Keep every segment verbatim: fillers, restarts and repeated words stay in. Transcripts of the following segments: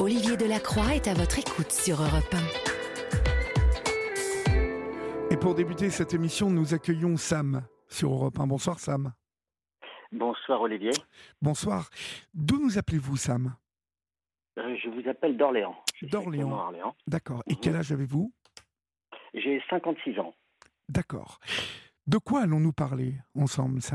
Olivier Delacroix est à votre écoute sur Europe un. Et pour débuter cette émission, nous accueillons Sam sur Europe un. Bonsoir Sam. Bonsoir Olivier. Bonsoir. D'où nous appelez-vous Sam ? euh, Je vous appelle d'Orléans. Je D'Orléans. Orléans. D'accord. Et Mhm. quel âge avez-vous ? J'ai cinquante-six ans. D'accord. De quoi allons-nous parler ensemble Sam ?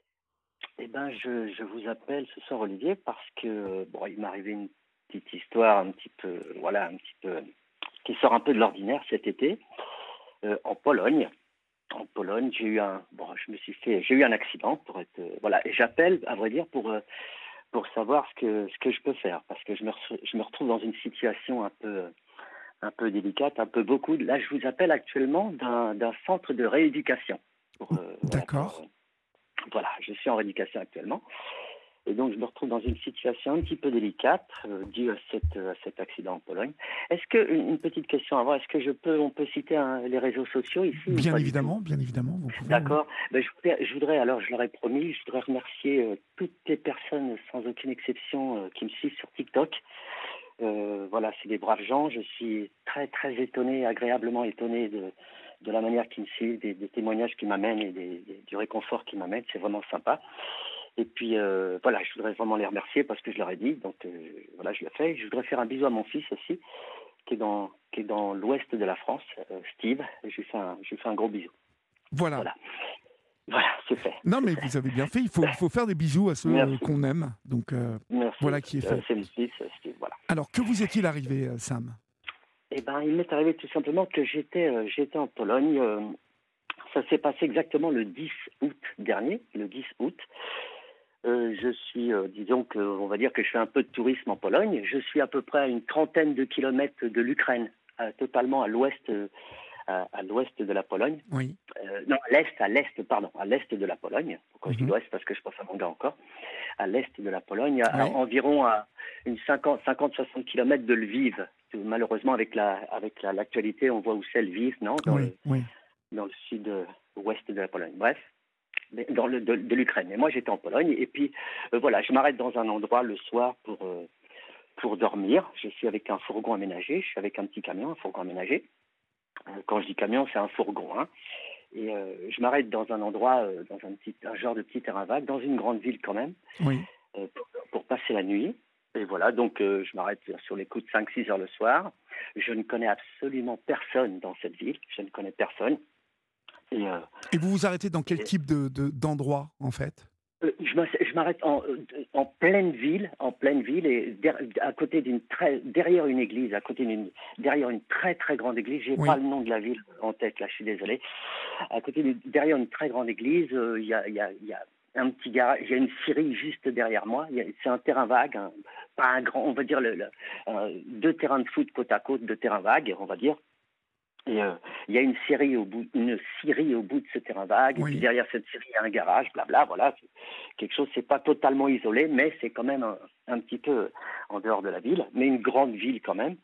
Eh ben, je, je vous appelle ce soir Olivier parce que bon, il m'est arrivé une petite histoire un petit peu, voilà, un petit peu qui sort un peu de l'ordinaire cet été euh, en Pologne. En Pologne, j'ai eu un, bon, je me suis fait, j'ai eu un accident pour être, euh, voilà, et j'appelle à vrai dire pour euh, pour savoir ce que ce que je peux faire parce que je me re- je me retrouve dans une situation un peu un peu délicate, un peu beaucoup. Là, je vous appelle actuellement d'un d'un centre de rééducation. Pour, euh, voilà, D'accord. pour, euh, Voilà, je suis en rééducation actuellement. Et donc, je me retrouve dans une situation un petit peu délicate euh, due à, cette, à cet accident en Pologne. Est-ce que, une, une petite question avant, est-ce que je peux, on peut citer hein, les réseaux sociaux ici ou Bien pas du évidemment, tout bien évidemment. Vous pouvez, D'accord. Ben, je, voudrais, je voudrais, alors, je leur ai promis, je voudrais remercier euh, toutes les personnes, sans aucune exception, euh, qui me suivent sur TikTok. Euh, voilà, c'est des braves gens. Je suis très, très étonné, agréablement étonné de, de la manière qu'ils me suivent, des, des témoignages qu'ils m'amènent et des, des- du réconfort qu'ils m'amènent. C'est vraiment sympa. Et puis, euh, voilà, je voudrais vraiment les remercier parce que je leur ai dit. Donc, euh, voilà, je le fais. Je voudrais faire un bisou à mon fils aussi, qui est dans, qui est dans l'ouest de la France, euh, Steve. Et je lui fais un, je lui fais un gros bisou. Voilà. Voilà. Voilà, c'est fait. Non c'est mais fait. vous avez bien fait. Il faut, il faut faire des bisous à ceux Merci. euh, qu'on aime. Donc euh, Merci. voilà qui est Euh, fait. c'est mon fils, euh, Steve, voilà. Alors que vous est-il arrivé euh, Sam ? Eh ben, il m'est arrivé tout simplement que j'étais, euh, j'étais en Pologne. euh, ça s'est passé exactement le dix août dernier, le dix août. Euh, je suis, euh, disons que, on va dire que je fais un peu de tourisme en Pologne. Je suis à peu près à une trentaine de kilomètres de l'Ukraine, euh, totalement à l'ouest, euh, à, à l'ouest de la Pologne. Oui. Euh, non, à l'est, à l'est, pardon, à l'est de la Pologne. Pourquoi je dis Mhm. l'ouest ? Parce que je pense à mon gars encore. À l'est de la Pologne, à, à Oui. environ à une cinquante à soixante kilomètres de Lviv. Malheureusement, avec la, avec la, l'actualité, on voit où c'est Lviv, non ? Dans Oui. le, Oui. dans le sud-ouest de la Pologne. Bref, mais dans le, de, de l'Ukraine. Et moi, j'étais en Pologne. Et puis, euh, voilà, je m'arrête dans un endroit le soir pour, euh, pour dormir. Je suis avec un fourgon aménagé. Je suis avec un petit camion, un fourgon aménagé. Euh, quand je dis camion, c'est un fourgon. Hein. Et euh, je m'arrête dans un endroit, euh, dans un, petit, un genre de petit terrain vague, dans une grande ville quand même, Oui. euh, pour, pour passer la nuit. Et voilà, donc euh, je m'arrête sur les coups de cinq six heures le soir. Je ne connais absolument personne dans cette ville. Je ne connais personne. Et, euh, Et vous vous arrêtez dans quel et- type de, de- d'endroit en fait ? Euh, je m'ass- je m'arrête en, euh, en pleine ville, en pleine ville, et der- à côté d'une très, derrière une église, à côté d'une, derrière une très très grande église. J'ai Oui. pas le nom de la ville en tête là, je suis désolé. À côté, d'une- derrière une très grande église, euh, il y a, il y a, il y a un petit garage, il y a une scierie juste derrière moi. Il y a- C'est un terrain vague, un- pas un grand, on va dire le, le- euh, deux terrains de foot côte à côte, deux terrains vagues, on va dire. Et euh, il y a une scierie au bout, une scierie au bout de ce terrain vague. Oui. Et puis derrière cette scierie, il y a un garage, blabla. Voilà, c'est quelque chose. C'est pas totalement isolé, mais c'est quand même un, un petit peu en dehors de la ville, mais une grande ville quand même.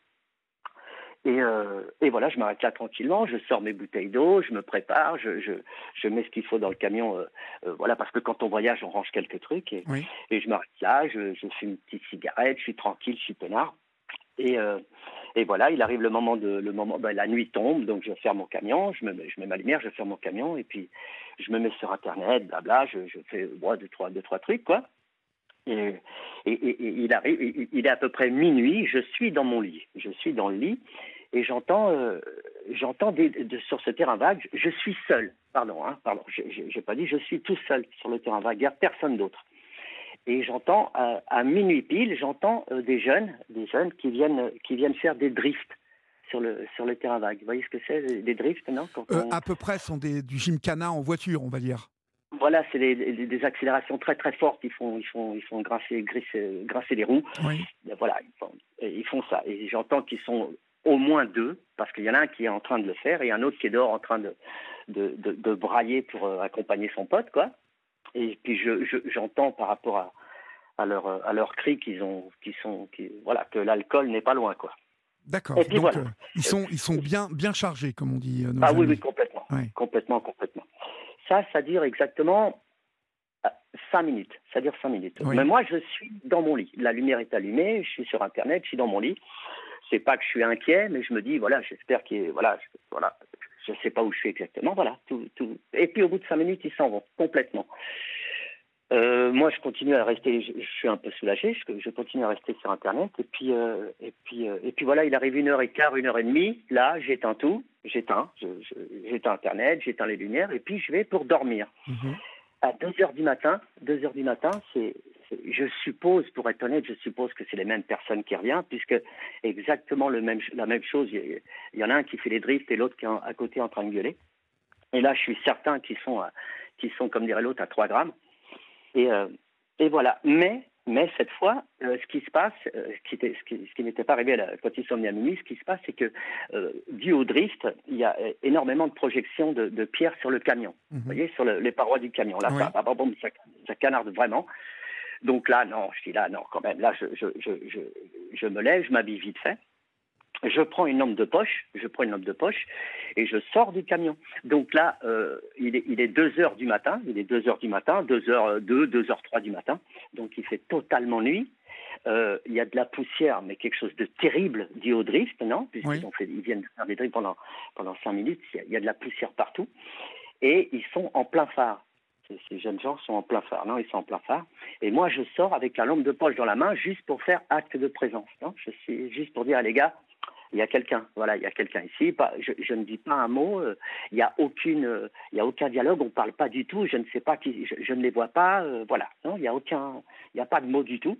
Et, euh, et voilà, je m'arrête là tranquillement. Je sors mes bouteilles d'eau, je me prépare, je, je, je mets ce qu'il faut dans le camion. Euh, euh, voilà, parce que quand on voyage, on range quelques trucs. Et, Oui. et je m'arrête là, je, je fume une petite cigarette, je suis tranquille, je suis peinard. Et, euh, et voilà, il arrive le moment de le moment, ben, la nuit tombe, donc je ferme mon camion, je me mets, je mets ma lumière, je ferme mon camion, et puis je me mets sur internet, blabla, je, je fais bon, deux trois deux trois trucs quoi. Et, et, et, et il arrive, il, il est à peu près minuit, je suis dans mon lit, je suis dans le lit, et j'entends, euh, j'entends des, de, sur ce terrain vague, je suis seul, pardon, hein, pardon, j'ai, j'ai j'ai pas dit, je suis tout seul sur le terrain vague, il n'y a personne d'autre. Et j'entends, à, à minuit pile, j'entends euh, des jeunes, des jeunes qui viennent, qui viennent faire des drifts sur le, sur le terrain vague. Vous voyez ce que c'est, des drifts, non Quand Euh, on... à peu près, sont des, du gymkhana en voiture, on va dire. Voilà, c'est des, des, des accélérations très très fortes. Ils font, ils font, ils font grincer, grincer, grincer les roues. Oui. Et voilà, ils font, ils font ça. Et j'entends qu'ils sont au moins deux, parce qu'il y en a un qui est en train de le faire et un autre qui est dehors en train de, de, de, de brailler pour euh, accompagner son pote, quoi. Et puis je, je, j'entends par rapport à, à leur à leurs cris qu'ils ont, qu'ils sont, qu'ils, voilà, que l'alcool n'est pas loin, quoi. D'accord. Et puis Donc voilà. euh, ils sont ils sont bien bien chargés, comme on dit. Euh, nos Ah amis. oui, oui, complètement, Ouais. complètement, complètement. Ça, ça dure exactement cinq minutes. Ça dure cinq minutes. Oui. Mais moi, je suis dans mon lit. La lumière est allumée, je suis sur Internet, je suis dans mon lit. C'est pas que je suis inquiet, mais je me dis, voilà, j'espère qu'il est, voilà, je, voilà, je sais pas où je suis exactement, voilà, tout, tout. Et puis au bout de cinq minutes, ils s'en vont complètement. Euh, moi, je continue à rester, je, je suis un peu soulagé, je, je continue à rester sur Internet, et puis, euh, et puis, euh, et puis voilà, il arrive une heure et quart, une heure et demie, là, j'éteins tout, j'éteins, je, je, j'éteins Internet, j'éteins les lumières, et puis je vais pour dormir. Mhm. À deux heures du matin, deux heures du matin, c'est, c'est, je suppose, pour être honnête, je suppose que c'est les mêmes personnes qui reviennent, puisque exactement le même, la même chose, il y, y en a un qui fait les drifts et l'autre qui est à côté en train de gueuler. Et là, je suis certain qu'ils sont, à, qu'ils sont comme dirait l'autre, à trois grammes. Et, euh, et voilà. Mais, mais cette fois, euh, ce qui se passe, euh, ce, qui était, ce, qui, ce qui n'était pas arrivé là, quand ils sont venus à minuit, ce qui se passe, c'est que, euh, dû au drift, il y a euh, énormément de projections de, de pierres sur le camion. Mhm. Vous voyez, sur le, les parois du camion. Là, Oui. ça, ça, ça, ça canarde vraiment. Donc là, non, je dis là, non, quand même. Là, je, je, je, je, je me lève, je m'habille vite fait. Je prends une lampe de poche, je prends une lampe de poche et je sors du camion. Donc là, euh, il est, il est deux heures du matin, il est deux heures du matin, deux heures deux, deux heures trois du matin. Donc il fait totalement nuit. Euh, il y a de la poussière, mais quelque chose de terrible dû au drift, non? Puisqu'ils Oui. ont fait, ils viennent de faire des drifts pendant, pendant cinq minutes. Il y, a, il y a de la poussière partout. Et ils sont en plein phare. Ces, ces jeunes gens sont en plein phare, non? Ils sont en plein phare. Et moi, je sors avec la lampe de poche dans la main juste pour faire acte de présence, non? Je suis juste pour dire, ah, les gars, il y a quelqu'un, voilà, il y a quelqu'un ici. Pas, je, je ne dis pas un mot. Euh, il n'y a aucune, euh, il y a aucun dialogue. On ne parle pas du tout. Je ne sais pas qui, je, je ne les vois pas. Euh, voilà, non, il n'y a aucun, il n'y a pas de mot du tout.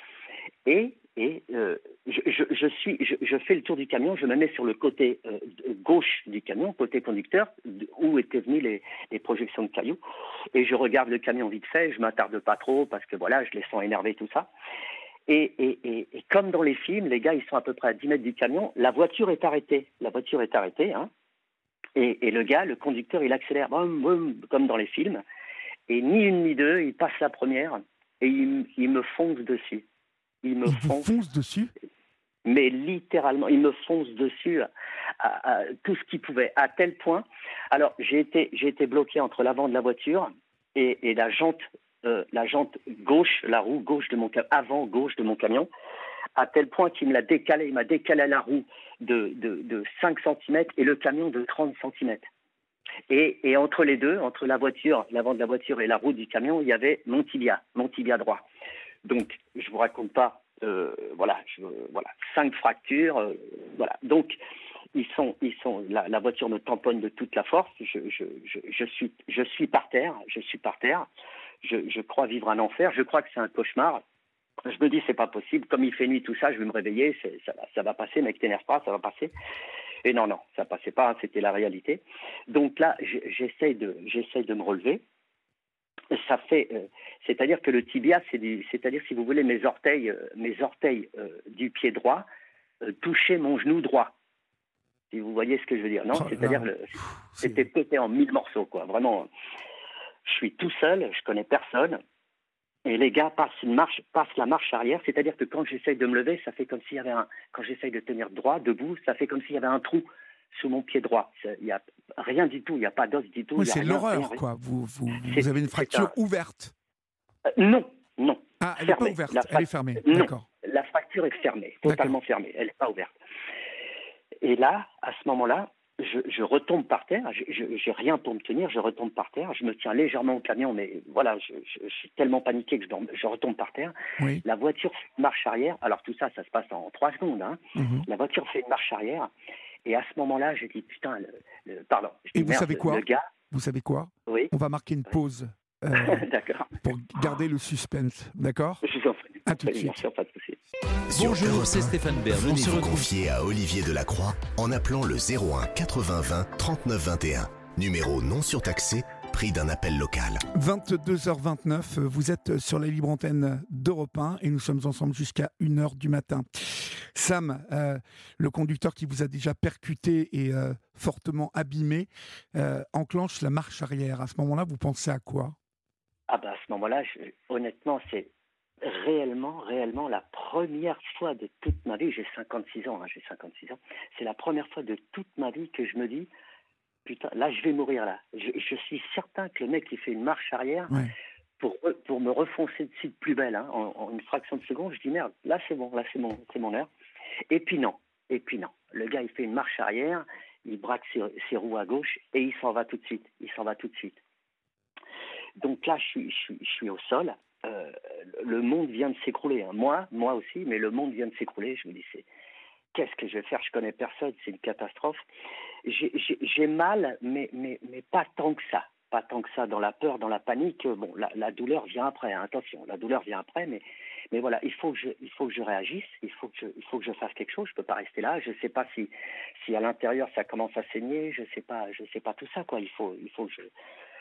Et, et euh, je, je, je suis, je, je fais le tour du camion. Je me mets sur le côté euh, gauche du camion, côté conducteur, où étaient venues les, les projections de cailloux. Et je regarde le camion vite fait. Je m'attarde pas trop parce que voilà, je les sens énervés, tout ça. Et, et, et, et comme dans les films, les gars, ils sont à peu près à dix mètres du camion, la voiture est arrêtée. La voiture est arrêtée, hein. Et, et le gars, le conducteur, il accélère, boum, boum, comme dans les films. Et ni une ni deux, il passe la première et il, il me fonce dessus. Il me Il vous fonce, fonce dessus? mais littéralement, il me fonce dessus à, à, à tout ce qu'il pouvait, à tel point. Alors, j'ai été, j'ai été bloqué entre l'avant de la voiture et, et la jante. Euh, la jante gauche, la roue gauche de mon camion, avant gauche de mon camion, à tel point qu'il me l'a décalé, il m'a décalé la roue de, de, de cinq centimètres et le camion de trente centimètres. Et, et entre les deux, entre la voiture, l'avant de la voiture et la roue du camion, il y avait mon tibia, mon tibia droit. Donc, je vous raconte pas, euh, voilà, je, voilà, cinq fractures, euh, voilà. Donc, ils sont, ils sont, la, la voiture me tamponne de toute la force. Je, je, je, je suis, je suis par terre, je suis par terre. Je, je crois vivre un enfer. Je crois que c'est un cauchemar. Je me dis c'est pas possible. Comme il fait nuit, tout ça, je vais me réveiller. C'est, ça, ça va passer, mec, t'énerve pas, ça va passer. Et non, non, ça passait pas. Hein, c'était la réalité. Donc là, j'essaye de, j'essaye de me relever. Ça fait, euh, c'est-à-dire que le tibia, c'est du, c'est-à-dire si vous voulez mes orteils, euh, mes orteils euh, du pied droit euh, touchaient mon genou droit. Si vous voyez ce que je veux dire, non? Oh, C'est-à-dire, le, c'était pété en mille morceaux, quoi. Vraiment. Je suis tout seul, je connais personne, et les gars passent une marche, passent la marche arrière, c'est-à-dire que quand j'essaye de me lever, ça fait comme s'il y avait un, quand j'essaye de tenir droit, debout, ça fait comme s'il y avait un trou sous mon pied droit. Il n'y a rien du tout, il n'y a pas d'os du tout. Oui, il y a c'est rien, l'horreur, rien, rien. quoi. Vous, vous, vous C'est, avez une fracture un... ouverte. Euh, non, non. Ah, elle n'est fermée. pas ouverte, La fra... elle est fermée. Non, d'accord. La fracture est fermée, totalement d'accord. fermée, elle n'est pas ouverte. Et là, à ce moment-là, Je, je retombe par terre, je n'ai rien pour me tenir, je retombe par terre, je me tiens légèrement au camion, mais voilà, je, je, je suis tellement paniqué que je, dorme, je retombe par terre. Oui. La voiture fait une marche arrière, alors tout ça, ça se passe en trois secondes. Hein. Mm-hmm. La voiture fait une marche arrière, et à ce moment-là, je dis, putain, le, le, pardon. Je dis, et vous merde, savez quoi le gars, Vous savez quoi oui. On va marquer une pause euh, d'accord. pour garder le suspense, d'accord? Je vous en prie. À tout de suite. Bien sûr, pas de souci. Bonjour, c'est Stéphane Bern. Venez On se vous retrouve. confier à Olivier Delacroix en appelant le zéro un quatre-vingts vingt trente-neuf vingt et un. Numéro non surtaxé, prix d'un appel local. vingt-deux heures vingt-neuf, vous êtes sur la libre antenne d'Europe un et nous sommes ensemble jusqu'à une heure du matin. Sam, euh, le conducteur qui vous a déjà percuté et euh, fortement abîmé, euh, enclenche la marche arrière. À ce moment-là, vous pensez à quoi? Ah bah à ce moment-là, je, honnêtement, c'est réellement, réellement la première fois de toute ma vie, j'ai cinquante-six ans, hein, j'ai cinquante-six ans, c'est la première fois de toute ma vie que je me dis, putain, là je vais mourir là. Je, je suis certain que le mec qui fait une marche arrière ouais. pour, pour me refoncer dessus de plus belle, hein, en, en une fraction de seconde. Je dis merde, là c'est bon, là c'est mon, c'est mon heure. Et puis non, et puis non. Le gars, il fait une marche arrière, il braque ses, ses roues à gauche et il s'en va tout de suite. Il s'en va tout de suite. Donc là, je suis, je suis, je suis au sol. Euh, le monde vient de s'écrouler. Hein. Moi, moi aussi, mais le monde vient de s'écrouler. Je me dis, c'est, qu'est-ce que je vais faire? Je connais personne, c'est une catastrophe. J'ai, j'ai, j'ai mal, mais, mais, mais pas tant que ça. Pas tant que ça, dans la peur, dans la panique. Bon, la, la douleur vient après. Hein. Attention, la douleur vient après, mais, mais voilà, il faut que je, il faut que je réagisse. Il faut que je, il faut que je fasse quelque chose. Je peux pas rester là. Je sais pas si, si à l'intérieur ça commence à saigner. Je sais pas, je sais pas tout ça, quoi. Il faut, il faut que je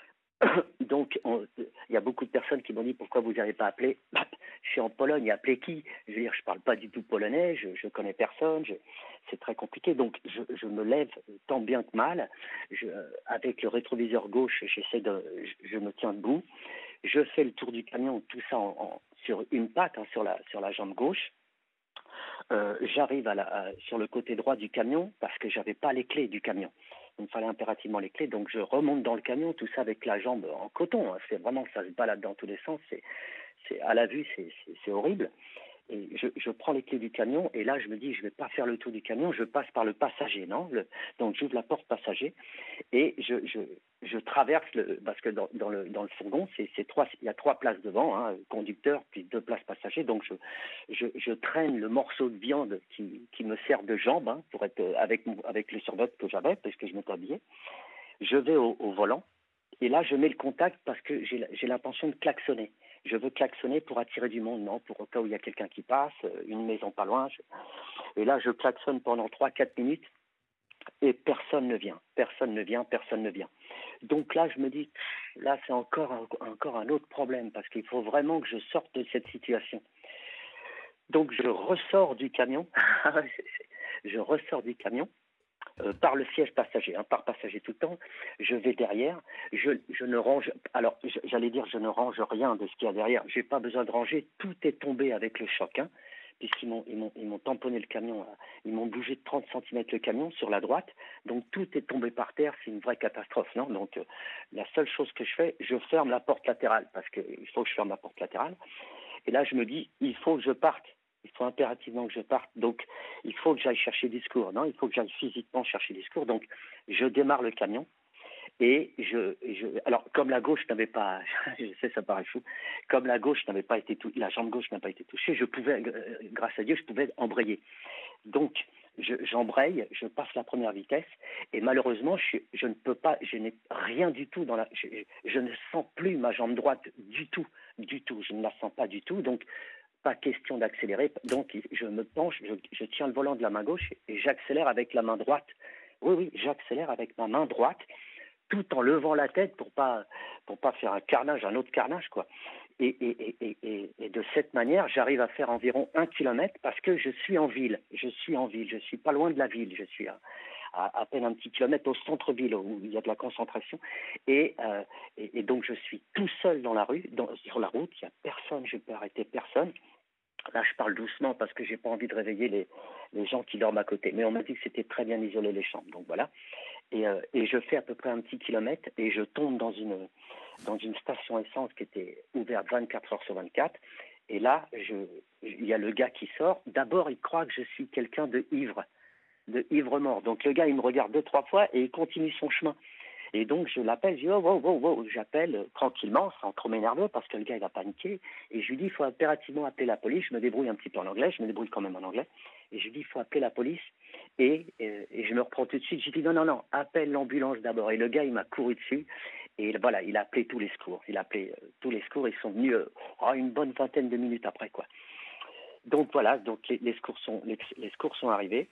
Donc, il y a beaucoup de personnes qui m'ont dit pourquoi vous n'avez pas appelé. Je suis en Pologne, appelé qui? Je veux dire, je parle pas du tout polonais, je, je connais personne, je, c'est très compliqué. Donc, je, je me lève tant bien que mal. Je, avec le rétroviseur gauche, j'essaie de, je, je me tiens debout. Je fais le tour du camion, tout ça en, en, sur une patte, hein, sur la sur la jambe gauche. Euh, j'arrive à la, à, sur le côté droit du camion parce que j'avais pas les clés du camion. Il me fallait impérativement les clés, donc je remonte dans le camion, tout ça avec la jambe en coton. Hein. C'est vraiment, ça se balade dans tous les sens. C'est, c'est à la vue, c'est, c'est, c'est horrible. Et je, je prends les clés du camion et là je me dis je vais pas faire le tour du camion, je passe par le passager, non le, donc j'ouvre la porte passager et je, je, je traverse le, parce que dans, dans le dans le fourgon c'est, c'est trois, il y a trois places devant, hein, conducteur puis deux places passagers, donc je, je, je traîne le morceau de viande qui, qui me sert de jambe, hein, pour être avec avec le survêt que j'avais parce que je m'étais habillé. Je vais au, au volant et là je mets le contact parce que j'ai, j'ai l'intention de klaxonner. Je veux klaxonner pour attirer du monde, non, pour au cas où il y a quelqu'un qui passe, une maison pas loin. Je... Et là, je klaxonne pendant trois à quatre minutes et personne ne vient, personne ne vient, personne ne vient. Donc là, je me dis, là, c'est encore un, encore un autre problème parce qu'il faut vraiment que je sorte de cette situation. Donc, je ressors du camion, je ressors du camion. Euh, par le siège passager, hein, par passager tout le temps, je vais derrière, je, je ne range, alors j'allais dire je ne range rien de ce qu'il y a derrière, j'ai pas besoin de ranger, tout est tombé avec le choc, hein, puisqu'ils m'ont, ils m'ont, ils m'ont tamponné le camion, ils m'ont bougé de trente centimètres le camion sur la droite, donc tout est tombé par terre, c'est une vraie catastrophe, non? Donc euh, la seule chose que je fais, je ferme la porte latérale, parce qu'il faut que je ferme la porte latérale, et là je me dis, il faut que je parte. Il faut impérativement que je parte. Donc, il faut que j'aille chercher des secours. Non, il faut que j'aille physiquement chercher des secours. Donc, je démarre le camion et je, je alors comme la gauche n'avait pas, je sais ça paraît fou, comme la gauche n'avait pas été touchée, la jambe gauche n'a pas été touchée, je pouvais, grâce à Dieu, je pouvais embrayer. Donc, je, j'embraye, je passe la première vitesse et malheureusement, je, je ne peux pas, je n'ai rien du tout dans la, je, je ne sens plus ma jambe droite du tout, du tout. Je ne la sens pas du tout. Donc pas question d'accélérer, donc je me penche, je, je tiens le volant de la main gauche et j'accélère avec la main droite. Oui, oui, j'accélère avec ma main droite, tout en levant la tête pour pas pour pas faire un carnage, un autre carnage, quoi. Et, et, et, et, et de cette manière, j'arrive à faire environ un kilomètre parce que je suis en ville. Je suis en ville, je suis pas loin de la ville, je suis à, à, à peine un petit kilomètre au centre-ville où il y a de la concentration. Et, euh, et, et donc je suis tout seul dans la rue, dans, sur la route, il n'y a personne, je peux arrêter personne. Là, je parle doucement parce que j'ai pas envie de réveiller les, les gens qui dorment à côté. Mais on m'a dit que c'était très bien isolé les chambres, donc voilà. Et, euh, et je fais à peu près un petit kilomètre et je tombe dans une dans une station essence qui était ouverte vingt-quatre heures sur vingt-quatre. Et là, je, il y a le gars qui sort. D'abord, il croit que je suis quelqu'un de ivre, de ivre mort. Donc le gars, il me regarde deux trois fois et il continue son chemin. Et donc, je l'appelle, je dis, oh, wow, wow, wow. J'appelle euh, tranquillement, sans trop m'énerver, parce que le gars, il va paniquer. Et je lui dis, il faut impérativement appeler la police. Je me débrouille un petit peu en anglais, je me débrouille quand même en anglais. Et je lui dis, il faut appeler la police. Et, et, et je me reprends tout de suite. Je lui dis, non, non, non, appelle l'ambulance d'abord. Et le gars, il m'a couru dessus. Et voilà, il a appelé tous les secours. Il a appelé euh, tous les secours. Ils sont venus euh, oh, une bonne vingtaine de minutes après, quoi. Donc, voilà, donc les, les, secours, sont, les, les secours sont arrivés.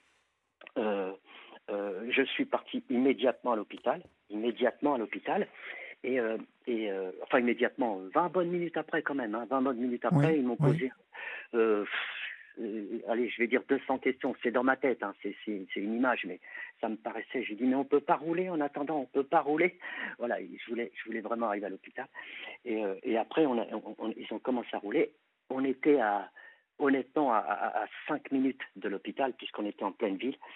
Euh, Euh, je suis parti immédiatement à l'hôpital, immédiatement à l'hôpital, et, euh, et euh, enfin immédiatement, vingt bonnes minutes après quand même, hein, vingt bonnes minutes après, oui, ils m'ont oui. posé, euh, euh, allez, je vais dire deux cents questions, c'est dans ma tête, hein, c'est, c'est, c'est une image, mais ça me paraissait, j'ai dit, mais on peut pas rouler en attendant, on peut pas rouler, voilà, je voulais, je voulais vraiment arriver à l'hôpital, et, euh, et après, on a, on, on, ils ont commencé à rouler, on était à, honnêtement, à, à, à cinq minutes de l'hôpital, puisqu'on était en pleine ville.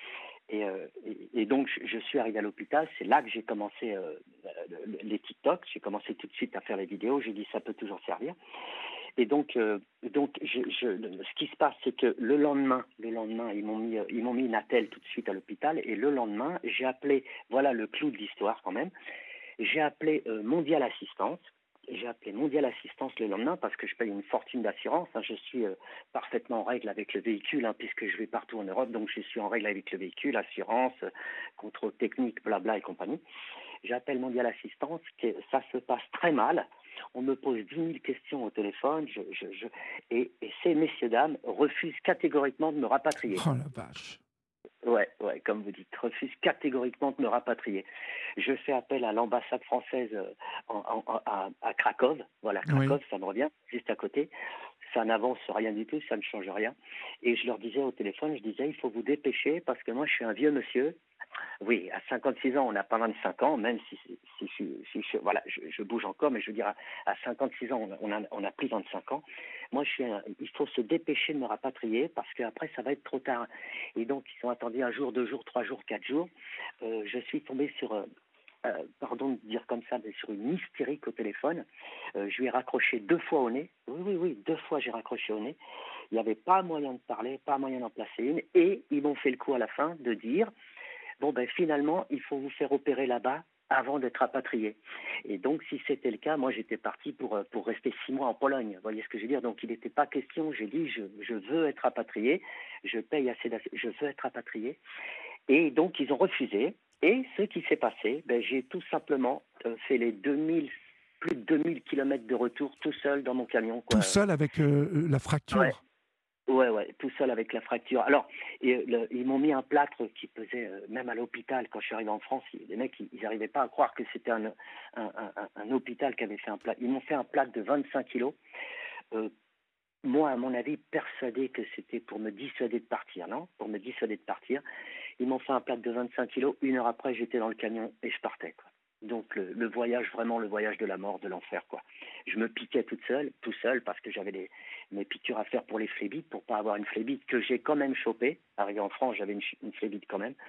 Et, euh, et, et donc, je, je suis arrivé à l'hôpital. C'est là que j'ai commencé euh, les TikTok. J'ai commencé tout de suite à faire les vidéos. J'ai dit, ça peut toujours servir. Et donc, euh, donc je, je, ce qui se passe, c'est que le lendemain, le lendemain, ils m'ont mis, ils m'ont mis une attelle tout de suite à l'hôpital. Et le lendemain, j'ai appelé, voilà le clou de l'histoire quand même, j'ai appelé euh, Mondial Assistance. J'ai appelé Mondial Assistance le lendemain parce que je paye une fortune d'assurance. Hein. Je suis euh, parfaitement en règle avec le véhicule hein, puisque je vais partout en Europe. Donc, je suis en règle avec le véhicule, assurance, euh, contrôle technique, blabla et compagnie. J'appelle Mondial Assistance. Que ça se passe très mal. On me pose dix mille questions au téléphone je, je, je, et, et ces messieurs-dames refusent catégoriquement de me rapatrier. Oh la vache. Ouais, ouais, comme vous dites, refusent catégoriquement de me rapatrier. Je fais appel à l'ambassade française en, en, à, à Cracovie. Voilà, Cracovie, oui. Ça me revient, juste à côté. Ça n'avance rien du tout, ça ne change rien. Et je leur disais au téléphone, je disais, il faut vous dépêcher parce que moi, je suis un vieux monsieur. Oui, à cinquante-six ans, on n'a pas vingt-cinq ans, même si, si, si, si, si je, voilà, je, je bouge encore, mais je veux dire, à, à cinquante-six ans, on a, on a pris vingt-cinq ans. Moi, je suis un, il faut se dépêcher de me rapatrier parce qu'après, ça va être trop tard. Et donc, ils sont attendus un jour, deux jours, trois jours, quatre jours. Euh, je suis tombé sur, euh, euh, pardon de dire comme ça, mais sur une hystérique au téléphone. Euh, je lui ai raccroché deux fois au nez. Oui, oui, oui, deux fois j'ai raccroché au nez. Il n'y avait pas moyen de parler, pas moyen d'en placer une. Et ils m'ont fait le coup à la fin de dire... Bon, ben finalement, il faut vous faire opérer là-bas avant d'être rapatrié. Et donc, si c'était le cas, moi, j'étais parti pour, pour rester six mois en Pologne. Vous voyez ce que je veux dire? Donc, il n'était pas question. J'ai dit, je, je veux être rapatrié. Je paye assez d'ass... Je veux être rapatrié. Et donc, ils ont refusé. Et ce qui s'est passé, ben, j'ai tout simplement euh, fait les deux mille, plus de deux mille kilomètres de retour tout seul dans mon camion. Quoi. Tout seul avec euh, la fracture? Ouais. Ouais, ouais, tout seul avec la fracture. Alors, et, le, ils m'ont mis un plâtre qui pesait, euh, même à l'hôpital, quand je suis arrivé en France, les mecs, ils n'arrivaient pas à croire que c'était un, un, un, un, un hôpital qui avait fait un plâtre. Ils m'ont fait un plâtre de vingt-cinq kilos. Euh, moi, à mon avis, persuadé que c'était pour me dissuader de partir, non? Pour me dissuader de partir. Ils m'ont fait un plâtre de vingt-cinq kilos. Une heure après, j'étais dans le camion et je partais, quoi. Donc, le, le voyage, vraiment le voyage de la mort, de l'enfer, quoi. Je me piquais toute seule, tout seul, parce que j'avais des, mes piqûres à faire pour les phlébites, pour pas avoir une phlébite que j'ai quand même chopée. Arrivé en France, j'avais une, une phlébite quand même.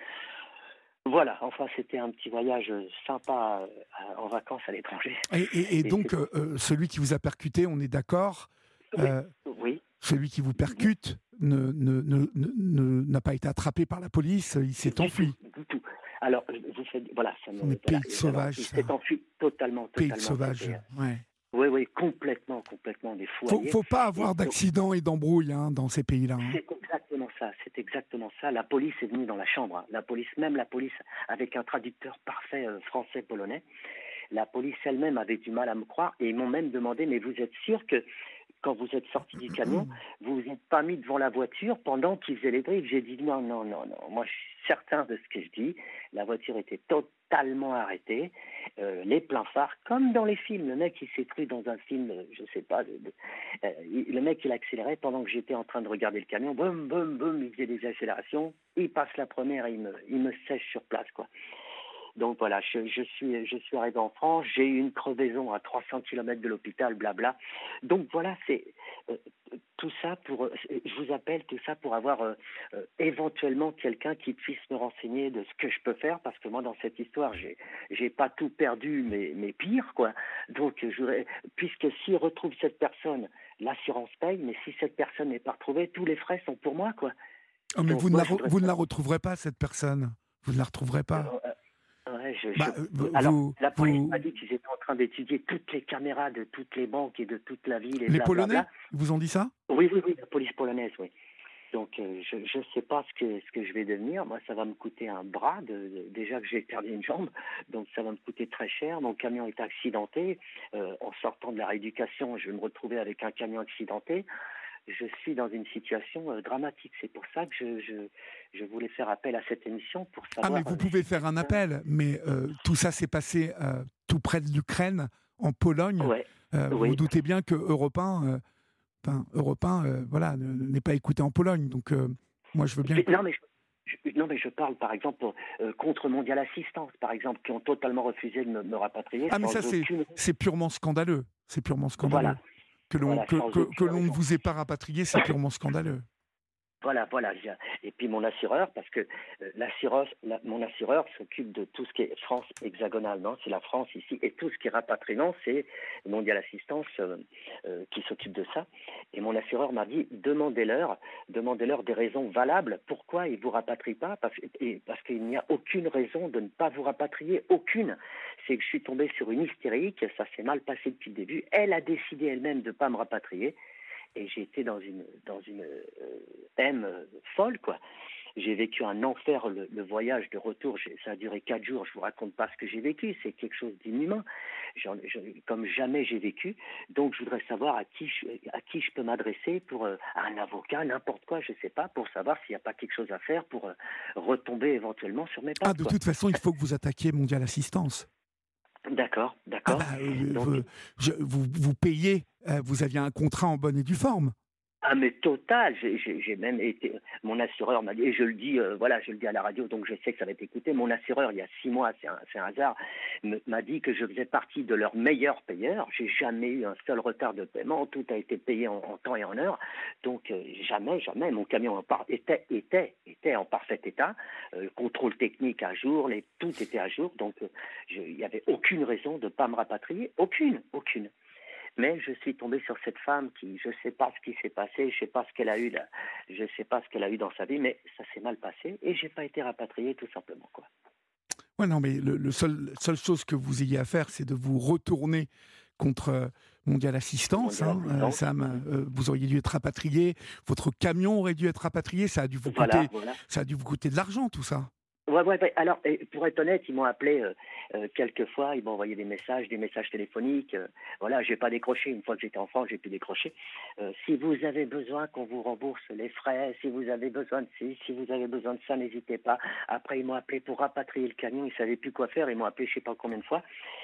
Voilà, enfin, c'était un petit voyage sympa euh, en vacances à l'étranger. Et, et, et donc, euh, celui qui vous a percuté, on est d'accord? Oui. Euh, oui. Celui qui vous percute ne, ne, ne, ne, n'a pas été attrapé par la police, il s'est enfui. Du tout. Alors, vous faites, voilà, ça me. On est voilà, pays sauvage. Il s'est enfui totalement, totalement. Pays sauvage, ouais. Oui, oui, complètement, complètement des fous. Faut, faut pas avoir d'accident et d'embrouille hein, dans ces pays-là. Hein. C'est exactement ça, c'est exactement ça. La police est venue dans la chambre. Hein. La police, même la police, avec un traducteur parfait euh, français-polonais. La police elle-même avait du mal à me croire et ils m'ont même demandé, mais vous êtes sûr que quand vous êtes sorti du camion, vous vous êtes pas mis devant la voiture pendant qu'ils faisaient les briques? J'ai dit non, non, non, non. Moi, je suis certain de ce que je dis. La voiture était totalement arrêtée, euh, les pleins phares, comme dans les films. Le mec, il s'est cru dans un film, je sais pas. De, de, euh, le mec, il accélérait pendant que j'étais en train de regarder le camion. Boum, boum, boum, il faisait des accélérations. Il passe la première et il me, il me sèche sur place, quoi. Donc voilà, je, je suis je suis arrivé en France, j'ai eu une crevaison à trois cents kilomètres de l'hôpital, blabla. Donc voilà, c'est euh, tout ça pour, je vous appelle tout ça pour avoir euh, euh, éventuellement quelqu'un qui puisse me renseigner de ce que je peux faire, parce que moi dans cette histoire, j'ai j'ai pas tout perdu, mais mais pire quoi. Donc je voudrais, puisque s'ils retrouvent cette personne, l'assurance paye, mais si cette personne n'est pas retrouvée, tous les frais sont pour moi quoi. Oh, mais Donc, vous, moi, ne la, vous ne la retrouverez pas cette personne, vous ne la retrouverez pas. Euh, Ouais, je, bah, je... vous, Alors, vous, la police vous... m'a dit qu'ils étaient en train d'étudier toutes les caméras de toutes les banques et de toute la ville. Et les bla, Polonais, bla, bla. Ils vous ont dit ça? Oui, oui, oui, la police polonaise, oui. Donc, euh, je ne sais pas ce que, ce que je vais devenir. Moi, ça va me coûter un bras. De, de, déjà que j'ai perdu une jambe, donc ça va me coûter très cher. Mon camion est accidenté. Euh, en sortant de la rééducation, je vais me retrouver avec un camion accidenté. Je suis dans une situation euh, dramatique. C'est pour ça que je, je, je voulais faire appel à cette émission pour savoir... Ah, mais vous pouvez faire un appel, mais euh, tout ça s'est passé euh, tout près de l'Ukraine, en Pologne. Ouais. Euh, Oui. Vous vous doutez bien que Europe un, euh, enfin, Europe un euh, voilà, n'est pas écouté en Pologne. Donc, euh, moi, je veux bien... Mais, non, mais je, je, non, mais je parle, par exemple, euh, contre Mondial Assistance, par exemple, qui ont totalement refusé de me, me rapatrier. Ah, mais ça, c'est, aucune... c'est purement scandaleux. C'est purement scandaleux. Voilà. Que l'on, Voilà, que, sans que, aucune que l'on ne raison. vous ait pas rapatrié, c'est purement scandaleux. Voilà, voilà. Et puis mon assureur, parce que euh, l'assureur, la, mon assureur s'occupe de tout ce qui est France hexagonale, non, c'est la France ici, et tout ce qui est rapatriement, c'est Mondial Assistance euh, euh, qui s'occupe de ça. Et mon assureur m'a dit, demandez-leur, demandez-leur des raisons valables, pourquoi ils vous rapatrient pas, parce, et, parce qu'il n'y a aucune raison de ne pas vous rapatrier, aucune. C'est que je suis tombé sur une hystérique, ça s'est mal passé depuis le début. Elle a décidé elle-même de ne pas me rapatrier. Et j'ai été dans une dans une euh, M euh, folle, quoi. J'ai vécu un enfer, le, le voyage de retour, j'ai, ça a duré quatre jours, je vous raconte pas ce que j'ai vécu, c'est quelque chose d'inhumain, j'en, j'en, comme jamais j'ai vécu. Donc je voudrais savoir à qui je, à qui je peux m'adresser, pour euh, à un avocat, n'importe quoi, je sais pas, pour savoir s'il n'y a pas quelque chose à faire pour euh, retomber éventuellement sur mes pattes. Ah, de quoi. toute façon, il faut que vous attaquiez Mondial Assistance. D'accord, d'accord. Ah bah, euh, Donc, vous, je, vous, vous payez, euh, vous aviez un contrat en bonne et due forme. Ah mais total, j'ai, j'ai, j'ai même été, mon assureur m'a dit, et je le dis, euh, voilà, je le dis à la radio, donc je sais que ça va être écouté, mon assureur, il y a six mois, c'est un, c'est un hasard, me, m'a dit que je faisais partie de leurs meilleurs payeurs, j'ai jamais eu un seul retard de paiement, tout a été payé en, en temps et en heure, donc euh, jamais, jamais, mon camion en par, était, était, était en parfait état, euh, contrôle technique à jour, les, tout était à jour, donc euh, je, il n'y avait aucune raison de ne pas me rapatrier, aucune, aucune. Mais je suis tombé sur cette femme qui, je ne sais pas ce qui s'est passé, je ne sais pas ce qu'elle a eu, là, je sais pas ce qu'elle a eu dans sa vie, mais ça s'est mal passé et j'ai pas été rapatrié tout simplement, quoi. Ouais, non, mais le, le seul, seule chose que vous ayez à faire, c'est de vous retourner contre euh, Mondial Assistance. Mondial hein, Assistance. Euh, Sam, euh, vous auriez dû être rapatrié, votre camion aurait dû être rapatrié, ça a dû vous coûter, voilà, voilà. Ça a dû vous coûter de l'argent, tout ça. Ouais, ouais, ouais. Alors, pour être honnête, ils m'ont appelé euh, euh, quelques fois, ils m'ont envoyé des messages, des messages téléphoniques. Euh, voilà, j'ai pas décroché. Une fois que j'étais enfant, j'ai pu décrocher. Euh, si vous avez besoin qu'on vous rembourse les frais, si vous avez besoin de ci, si vous avez besoin de ça, n'hésitez pas. Après, ils m'ont appelé pour rapatrier le camion. Ils savaient plus quoi faire. Ils m'ont appelé, je sais pas combien de fois.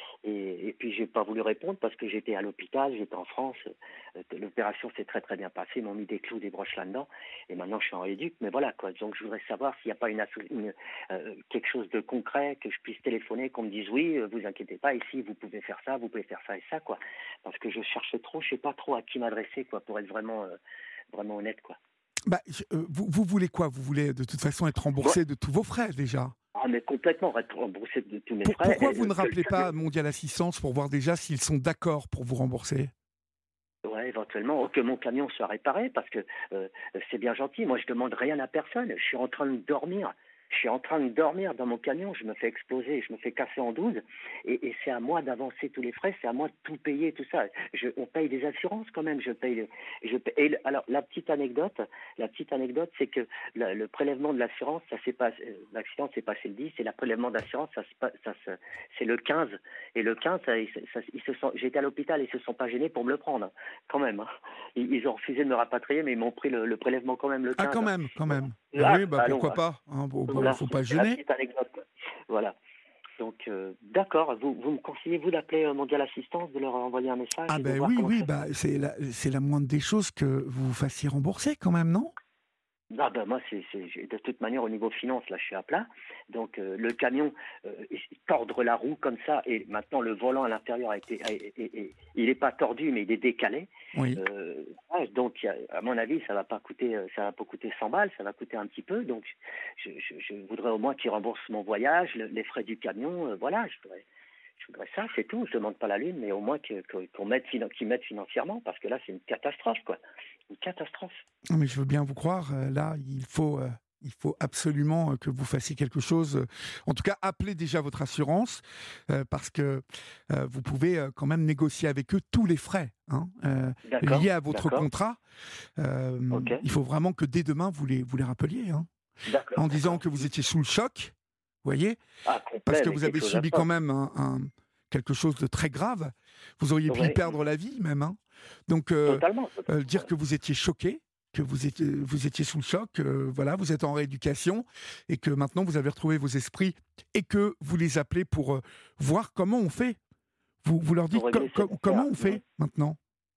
Et, et puis j'ai pas voulu répondre parce que j'étais à l'hôpital, j'étais en France. Euh, l'opération s'est très très bien passée. Ils m'ont mis des clous, des broches là-dedans. Et maintenant, je suis en rééduc. Mais voilà, quoi. Donc, je voudrais savoir s'il n'y a pas une, une Euh, quelque chose de concret, que je puisse téléphoner, qu'on me dise oui, euh, vous inquiétez pas, ici vous pouvez faire ça, vous pouvez faire ça et ça, quoi. Parce que je cherche trop, je sais pas trop à qui m'adresser, quoi, pour être vraiment, euh, vraiment honnête, quoi. Bah, je, euh, vous, vous voulez quoi? Vous voulez de toute façon être remboursé ouais. de tous vos frais déjà? Ah mais complètement, être remboursé de tous mes pour, frais. Pourquoi vous ne rappelez pas Mondial Assistance pour voir déjà s'ils sont d'accord pour vous rembourser? Ouais, éventuellement, que mon camion soit réparé, parce que euh, c'est bien gentil, moi je demande rien à personne, je suis en train de dormir. Je suis en train de dormir dans mon camion, je me fais exploser, je me fais casser en douze, et, et c'est à moi d'avancer tous les frais, c'est à moi de tout payer, tout ça. Je, on paye des assurances quand même, je paye. Je paye et le, alors la petite anecdote, la petite anecdote, c'est que le, le prélèvement de l'assurance, ça s'est pas, l'accident s'est passé le dix, et le prélèvement d'assurance, ça, ça, ça, c'est le quinze, et le quinze, ça, ça, ils se sont, j'étais à l'hôpital, ils se sont pas gênés pour me le prendre, quand même. Hein. Ils, ils ont refusé de me rapatrier, mais ils m'ont pris le, le prélèvement quand même le quinze. Ah quand même, quand même. Ah, oui, bah, allons, pourquoi bah. pas hein, bon, Voilà, il ne faut pas gêner. C'est anecdote. Voilà. Donc, euh, d'accord. Vous, vous me conseillez, vous, d'appeler euh, Mondial Assistance, de leur envoyer un message? Ah ben oui, oui. Bah, c'est, la, c'est la moindre des choses que vous vous fassiez rembourser quand même, non? Ah ben moi, c'est, c'est, de toute manière, au niveau finance, là, je suis à plat. Donc, euh, le camion, euh, tordre la roue comme ça, et maintenant, le volant à l'intérieur, a été, a, a, a, il n'est pas tordu, mais il est décalé. Oui. Euh, ouais, donc, à mon avis, ça ne va pas coûter, ça va pas coûter cent balles, ça va coûter un petit peu. Donc, je, je, je voudrais au moins qu'ils remboursent mon voyage, le, les frais du camion. Euh, voilà, je voudrais, je voudrais ça, c'est tout. Je ne demande pas la lune, mais au moins que, que, qu'on mette, qu'ils mettent financièrement, parce que là, c'est une catastrophe, quoi. Une catastrophe. Non, mais je veux bien vous croire. Euh, là, il faut, euh, il faut absolument que vous fassiez quelque chose. En tout cas, appelez déjà votre assurance euh, parce que euh, vous pouvez euh, quand même négocier avec eux tous les frais hein, euh, liés à votre d'accord. contrat. Euh, okay. Il faut vraiment que dès demain, vous les, vous les rappeliez. Hein, en disant que vous étiez sous le choc, vous voyez, ah, complet, parce que vous avez subi quand même un, un, quelque chose de très grave. Vous auriez pu ouais. y perdre la vie même. Hein. Donc, euh, totalement, totalement. Euh, dire que vous étiez choqué, que vous étiez, vous étiez sous le choc, euh, voilà, vous êtes en rééducation et que maintenant vous avez retrouvé vos esprits et que vous les appelez pour euh, voir comment on fait. Vous, vous leur dites com- com- comment on fait mmh. maintenant.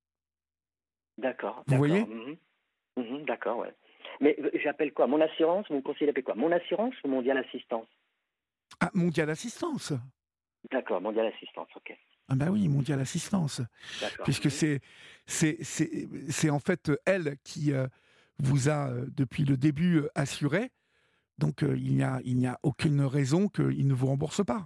D'accord. Vous d'accord. voyez mmh. Mmh, D'accord, ouais. Mais euh, j'appelle quoi? Mon assurance? Vous me conseillez d'appeler quoi? Mon assurance ou Mondial Assistance? Ah, Mondial Assistance. D'accord, Mondial Assistance, ok. Ah ben oui, Mondial Assistance. D'accord. Puisque c'est, c'est, c'est, c'est en fait elle qui euh, vous a euh, depuis le début euh, assuré. Donc euh, il n'y a, il n'y a aucune raison qu'il ne vous rembourse pas.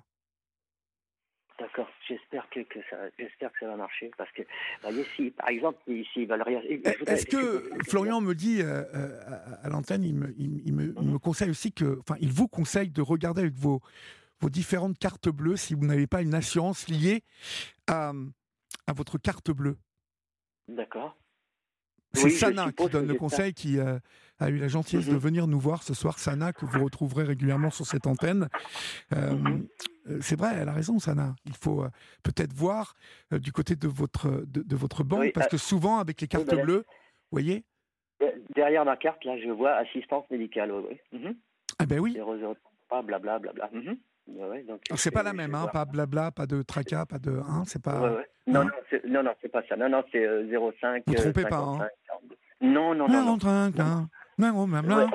D'accord, j'espère que, que ça, j'espère que ça va marcher parce que, vous voyez, si par exemple, s'ils veulent rien. Est-ce que Florian me dit euh, à, à l'antenne, il me, il, il, me, il me conseille aussi que, enfin, il vous conseille de regarder avec vos, vos différentes cartes bleues si vous n'avez pas une assurance liée à, à votre carte bleue. D'accord. C'est oui, Sana qui donne le conseil, ça. qui euh, a eu la gentillesse mm-hmm. de venir nous voir ce soir. Sana, que vous retrouverez régulièrement sur cette antenne. Euh, mm-hmm. C'est vrai, elle a raison, Sana. Il faut euh, peut-être voir euh, du côté de votre, de, de votre banque, oui, parce euh, que souvent, avec les cartes oui, bleues, vous voyez. Derrière ma carte, là, je vois assistance médicale. Oui. Mm-hmm. Ah ben oui. zéro zéro trois, blablabla. Bla, bla. mm-hmm. Ouais, donc, c'est pas la même, hein, pas blabla, pas de tracas, pas de. Hein, c'est pas. Ouais, ouais. Non, non, c'est, non, non, c'est pas ça. Non, non, c'est euh, zéro cinq. Vous ne trompez pas, hein. Non, non, non. Non, non. non. Non, non, même là.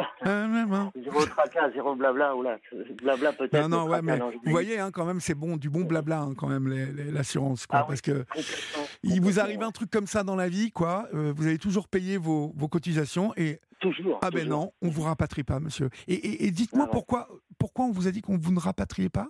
Zéro tracas, zéro blabla, ou là, blabla peut-être. Non, non, ouais, mais non, vous voyez, hein, quand même, c'est bon, du bon blabla, hein, quand même, les, les, l'assurance, quoi, ah, parce oui, que complètement, il vous arrive ouais. un truc comme ça dans la vie, quoi. Euh, vous avez toujours payé vos, vos cotisations et toujours. Ah ben toujours. non, on vous rapatrie pas, monsieur. Et, et, et dites-moi ah, ouais. pourquoi, pourquoi on vous a dit qu'on vous ne rapatriez pas?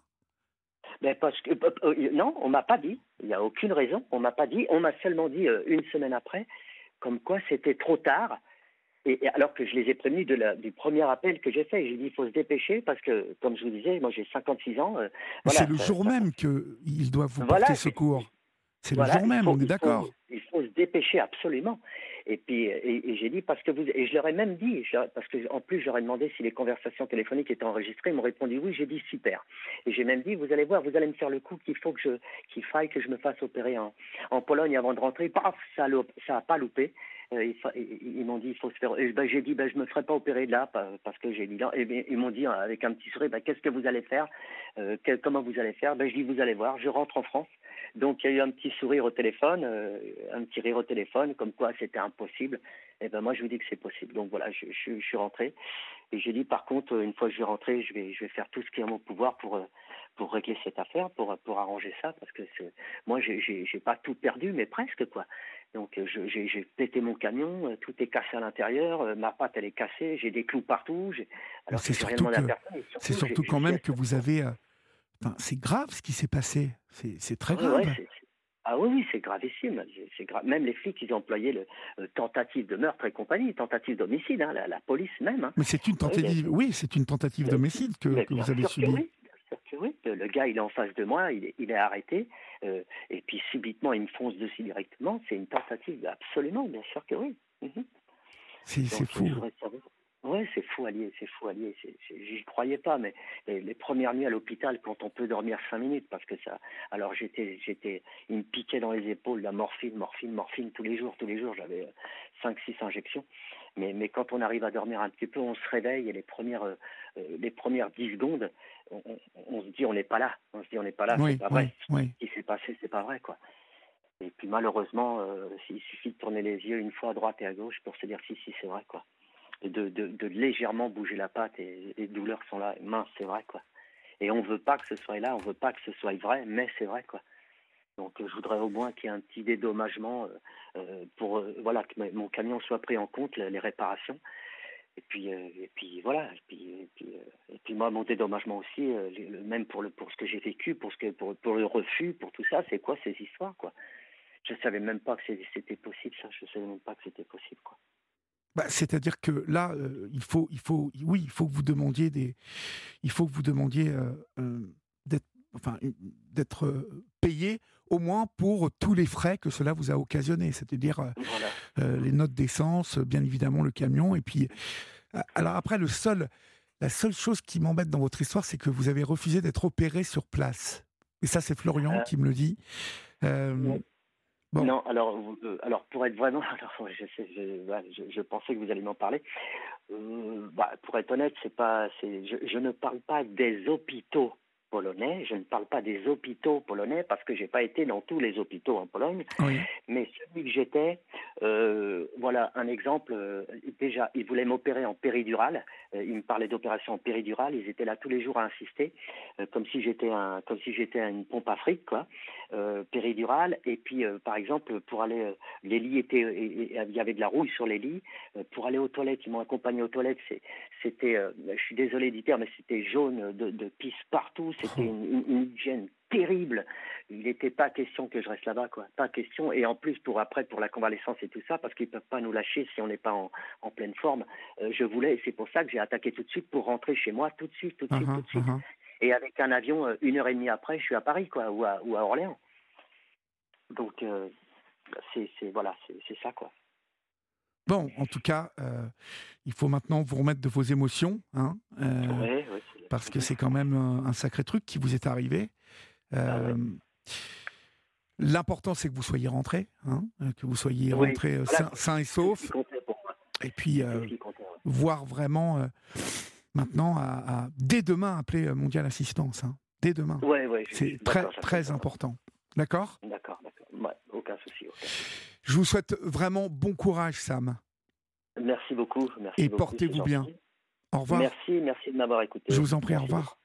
Ben parce que euh, euh, non, on m'a pas dit. Il n'y a aucune raison. On m'a pas dit. On m'a seulement dit euh, une semaine après, comme quoi c'était trop tard. Et, et alors que je les ai prévenus de la, du premier appel que j'ai fait, j'ai dit il faut se dépêcher parce que, comme je vous disais, moi j'ai cinquante-six ans. Euh, voilà, c'est le ça, jour ça, même qu'ils doivent vous voilà, porter secours. C'est voilà, le jour même, faut, on est d'accord. Il faut, il faut se dépêcher absolument. Et puis, et, et j'ai dit parce que vous, et je leur ai même dit, je, parce que en plus, j'aurais demandé si les conversations téléphoniques étaient enregistrées. Ils m'ont répondu oui. J'ai dit super. Et j'ai même dit, vous allez voir, vous allez me faire le coup qu'il faut que je, qu'il faille que je me fasse opérer en, en Pologne avant de rentrer. Paf, ça, ça a pas loupé. Euh, ils, ils, ils m'ont dit, il faut se faire. Et ben, j'ai dit, ben, je me ferai pas opérer de là parce que j'ai dit non. Et ben, ils m'ont dit avec un petit sourire, ben, qu'est-ce que vous allez faire, euh, quel, comment vous allez faire. Ben, je dis, vous allez voir, je rentre en France. Donc il y a eu un petit sourire au téléphone, euh, un petit rire au téléphone, comme quoi c'était impossible. Et ben moi je vous dis que c'est possible. Donc voilà, je, je, je suis rentré et j'ai dit par contre une fois que je vais rentrer, je vais je vais faire tout ce qui est en mon pouvoir pour pour régler cette affaire, pour pour arranger ça, parce que c'est, moi j'ai, j'ai j'ai pas tout perdu, mais presque quoi. Donc je, j'ai j'ai pété mon camion, tout est cassé à l'intérieur, ma patte elle est cassée, j'ai des clous partout. J'ai... Alors c'est surtout que, surtout, c'est surtout quand même que vous avez. Euh... Enfin, c'est grave ce qui s'est passé. C'est, c'est très grave. Ouais, c'est, c'est... Ah oui, oui, c'est gravissime. C'est, c'est grave. Même les flics, ils ont employé le euh, tentative de meurtre et compagnie, tentative d'homicide, hein, la, la police même. Hein. Mais c'est une tentative. Oui, oui c'est une tentative mais, d'homicide que, que vous avez subie. Oui, bien sûr que oui. Le, le gars, il est en face de moi, il est, il est arrêté, euh, et puis subitement, il me fonce dessus directement. C'est une tentative, absolument, bien sûr que oui. Mm-hmm. C'est, Donc, c'est fou. Oui, c'est fou, Allier, c'est fou, Allier. C'est, c'est, j'y croyais pas, mais les, les premières nuits à l'hôpital, quand on peut dormir cinq minutes, parce que ça. Alors j'étais, j'étais, il me piquait dans les épaules, la morphine, morphine, morphine, tous les jours, tous les jours, j'avais cinq, six injections. Mais, mais quand on arrive à dormir un petit peu, on se réveille et les premières, euh, les premières dix secondes, on, on, on se dit on n'est pas là, on se dit on n'est pas là, oui, c'est pas oui, vrai. Oui. Ce qui s'est passé, c'est pas vrai, quoi. Et puis malheureusement, euh, il suffit de tourner les yeux une fois à droite et à gauche pour se dire si, si, c'est vrai, quoi. De, de, de légèrement bouger la patte et les douleurs sont là, mince, c'est vrai quoi. Et on veut pas que ce soit là, on veut pas que ce soit vrai, mais c'est vrai quoi. Donc je voudrais au moins qu'il y ait un petit dédommagement euh, euh, pour euh, voilà que mon camion soit pris en compte, les, les réparations. Et puis euh, et puis voilà. Et puis et puis, euh, et puis moi mon dédommagement aussi, euh, même pour le pour ce que j'ai vécu, pour ce que pour pour le refus, pour tout ça, c'est quoi ces histoires quoi. Je savais même pas que c'était possible ça. Je savais même pas que c'était possible quoi. Bah, c'est-à-dire que là, euh, il faut, il faut, oui, il faut que vous demandiez des, il faut que vous demandiez euh, euh, d'être, enfin, d'être euh, payé au moins pour tous les frais que cela vous a occasionné, c'est-à-dire euh, voilà. euh, les notes d'essence, bien évidemment le camion, et puis, euh, alors après le seul, la seule chose qui m'embête dans votre histoire, c'est que vous avez refusé d'être opéré sur place. Et ça, c'est Florian euh... qui me le dit. Euh, oui. Bon. Non, alors, euh, alors pour être vraiment, alors je, sais, je, bah, je, je pensais que vous alliez m'en parler. Euh, bah, pour être honnête, c'est pas, c'est, je, je ne parle pas des hôpitaux polonais. Je ne parle pas des hôpitaux polonais parce que j'ai pas été dans tous les hôpitaux en Pologne. Oui. Mais celui que j'étais, euh, voilà un exemple. Euh, déjà, ils voulaient m'opérer en péridurale. Euh, ils me parlaient d'opération en péridurale. Ils étaient là tous les jours à insister, euh, comme si j'étais un, comme si j'étais une pompe à fric, quoi. Euh, péridurale. Et puis, euh, par exemple, pour aller, euh, les lits étaient, et, et, il y avait de la rouille sur les lits. Euh, pour aller aux toilettes, ils m'ont accompagné aux toilettes. C'est, c'était, euh, je suis désolé d'y dire, mais c'était jaune de, de pisse partout. C'était une, une, une hygiène terrible. Il n'était pas question que je reste là-bas, quoi. Pas question. Et en plus, pour après, pour la convalescence et tout ça, parce qu'ils ne peuvent pas nous lâcher si on n'est pas en, en pleine forme. Euh, je voulais, et c'est pour ça que j'ai attaqué tout de suite pour rentrer chez moi, tout de suite, tout de suite, Uh-huh, tout de suite. uh-huh. Et avec un avion, euh, une heure et demie après, je suis à Paris, quoi, ou à, ou à Orléans. Donc, euh, c'est, c'est, voilà, c'est, c'est ça, quoi. Bon, en tout cas, euh, il faut maintenant vous remettre de vos émotions, hein, euh, Ouais, ouais, c'est... parce que c'est quand même un, un sacré truc qui vous est arrivé. Euh, Ah ouais. L'important, c'est que vous soyez rentré, hein, que vous soyez Oui, rentré euh, voilà. sain, sain et C'est ce sauf, qui comptait pour moi. et puis C'est euh, ce qui comptait, ouais. voir vraiment euh, maintenant à, à dès demain appeler euh, Mondial Assistance, hein, dès demain. Ouais, ouais, je- C'est je- très d'accord, ça très fait ça. important. D'accord ? D'accord, d'accord. Ouais, aucun souci, aucun souci. Je vous souhaite vraiment bon courage, Sam. Merci beaucoup. Merci Et beaucoup, portez-vous c'est bien. gentil. Au revoir. Merci, merci de m'avoir écouté. Je vous en prie, Merci au revoir.